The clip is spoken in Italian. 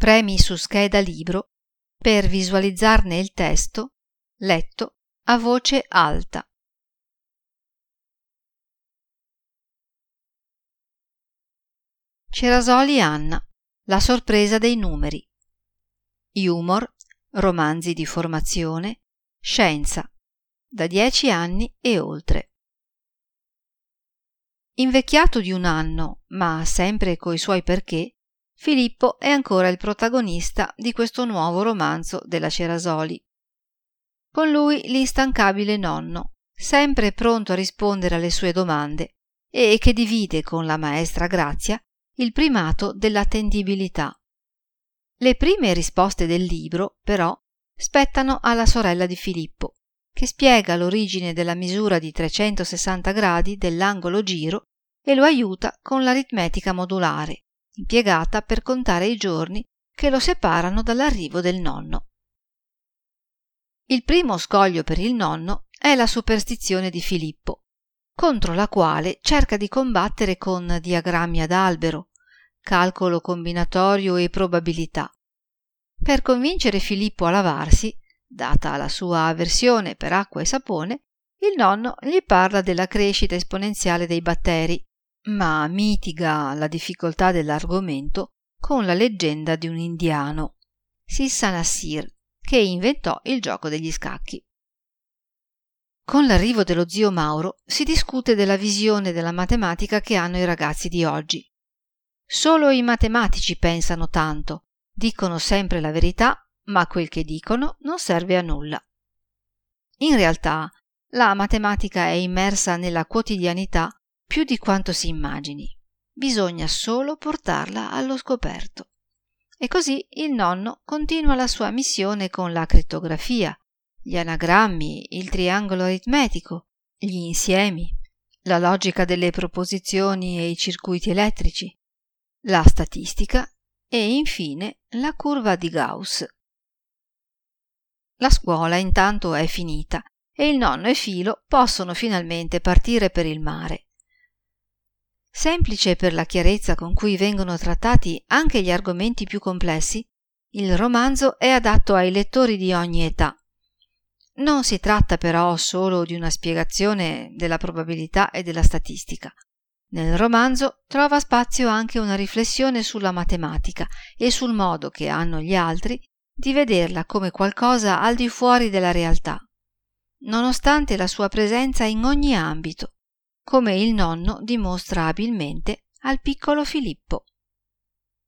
Premi su scheda libro per visualizzarne il testo letto a voce alta. Cerasoli, Anna. La sorpresa dei numeri. Humor, romanzi di formazione, scienza, da 10 anni e oltre. Invecchiato di 1 anno, ma sempre coi suoi perché, Filippo è ancora il protagonista di questo nuovo romanzo della Cerasoli. Con lui l'instancabile nonno, sempre pronto a rispondere alle sue domande e che divide con la maestra Grazia il primato dell'attendibilità. Le prime risposte del libro, però, spettano alla sorella di Filippo, che spiega l'origine della misura di 360 gradi dell'angolo giro e lo aiuta con l'aritmetica modulare, impiegata per contare i giorni che lo separano dall'arrivo del nonno. Il primo scoglio per il nonno è la superstizione di Filippo, contro la quale cerca di combattere con diagrammi ad albero, calcolo combinatorio e probabilità. Per convincere Filippo a lavarsi, data la sua avversione per acqua e sapone, il nonno gli parla della crescita esponenziale dei batteri, ma mitiga la difficoltà dell'argomento con la leggenda di un indiano, Sissa Nassir, che inventò il gioco degli scacchi. Con l'arrivo dello zio Mauro si discute della visione della matematica che hanno i ragazzi di oggi. Solo i matematici pensano tanto, dicono sempre la verità, ma quel che dicono non serve a nulla. In realtà, la matematica è immersa nella quotidianità più di quanto si immagini. Bisogna solo portarla allo scoperto. E così il nonno continua la sua missione con la crittografia, gli anagrammi, il triangolo aritmetico, gli insiemi, la logica delle proposizioni e i circuiti elettrici, la statistica e infine la curva di Gauss. La scuola intanto è finita e il nonno e Filo possono finalmente partire per il mare. Semplice per la chiarezza con cui vengono trattati anche gli argomenti più complessi, il romanzo è adatto ai lettori di ogni età. Non si tratta però solo di una spiegazione della probabilità e della statistica. Nel romanzo trova spazio anche una riflessione sulla matematica e sul modo che hanno gli altri di vederla come qualcosa al di fuori della realtà, nonostante la sua presenza in ogni ambito, come il nonno dimostra abilmente al piccolo Filippo.